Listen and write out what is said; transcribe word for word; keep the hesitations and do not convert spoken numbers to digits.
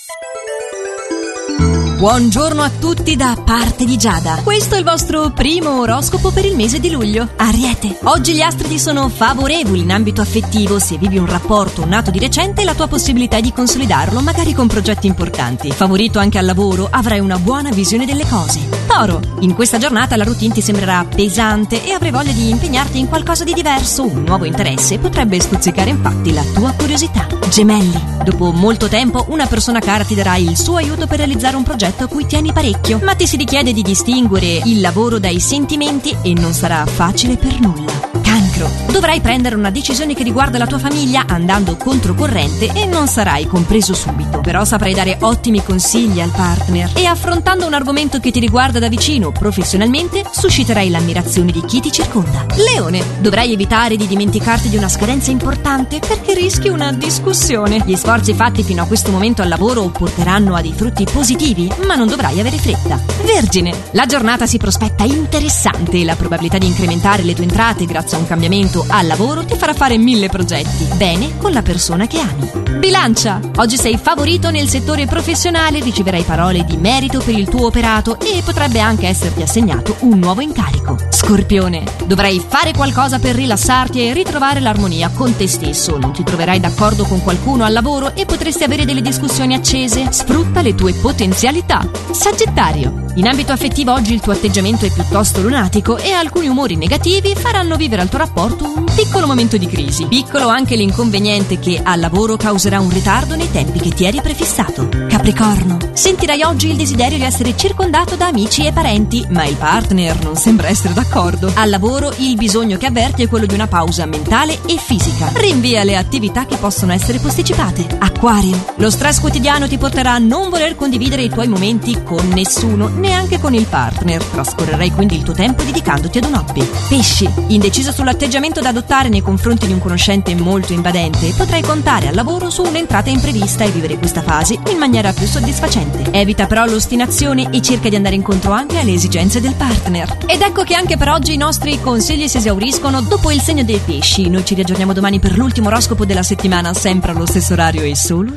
Buongiorno a tutti da parte di Giada. Questo è il vostro primo oroscopo per il mese di luglio. Ariete, oggi gli astri sono favorevoli in ambito affettivo. Se vivi un rapporto nato di recente, la tua possibilità è di consolidarlo, magari con progetti importanti. Favorito anche al lavoro, avrai una buona visione delle cose. Toro, in questa giornata la routine ti sembrerà pesante e avrai voglia di impegnarti in qualcosa di diverso. Un nuovo interesse potrebbe stuzzicare infatti la tua curiosità. Gemelli, dopo molto tempo una persona cara ti darà il suo aiuto per realizzare un progetto a cui tieni parecchio, ma ti si richiede di distinguere il lavoro dai sentimenti e non sarà facile per nulla. Cancro, dovrai prendere una decisione che riguarda la tua famiglia andando controcorrente e non sarai compreso subito, però saprai dare ottimi consigli al partner e affrontando un argomento che ti riguarda da vicino professionalmente susciterai l'ammirazione di chi ti circonda. Leone, dovrai evitare di dimenticarti di una scadenza importante perché rischi una discussione. Gli sforzi fatti fino a questo momento al lavoro porteranno a dei frutti positivi, ma non dovrai avere fretta. Vergine, la giornata si prospetta interessante e la probabilità di incrementare le tue entrate grazie a un cambiamento al lavoro ti farà fare mille progetti. Bene con la persona che ami. Bilancia, oggi sei favorito nel settore professionale, riceverai parole di merito per il tuo operato e potrebbe anche esserti assegnato un nuovo incarico. Scorpione, dovrai fare qualcosa per rilassarti e ritrovare l'armonia con te stesso. Non ti troverai d'accordo con qualcuno al lavoro e potresti avere delle discussioni accese. Sfrutta le tue potenzialità. Sagittario, in ambito affettivo oggi il tuo atteggiamento è piuttosto lunatico e alcuni umori negativi faranno vivere al tuo rapporto un piccolo momento di crisi. Piccolo anche l'inconveniente che al lavoro causerà un ritardo nei tempi che ti eri prefissato. Capricorno, sentirai oggi il desiderio di essere circondato da amici e parenti, ma il partner non sembra essere d'accordo. Al lavoro il bisogno che avverti è quello di una pausa mentale e fisica. Rinvia le attività che possono essere posticipate. Acquario, lo stress quotidiano ti porterà a non voler condividere i tuoi momenti con nessuno, neanche con il partner. Trascorrerai quindi il tuo tempo dedicandoti ad un hobby. Pesci, indeciso sull'atteggiamento da adottare nei confronti di un conoscente molto invadente, potrai contare al lavoro su un'entrata imprevista e vivere questa fase in maniera più soddisfacente. Evita però l'ostinazione e cerca di andare incontro anche alle esigenze del partner. Ed ecco che anche per oggi i nostri consigli si esauriscono dopo il segno dei pesci. Noi ci riaggiorniamo domani per l'ultimo oroscopo della settimana, sempre allo stesso orario e solo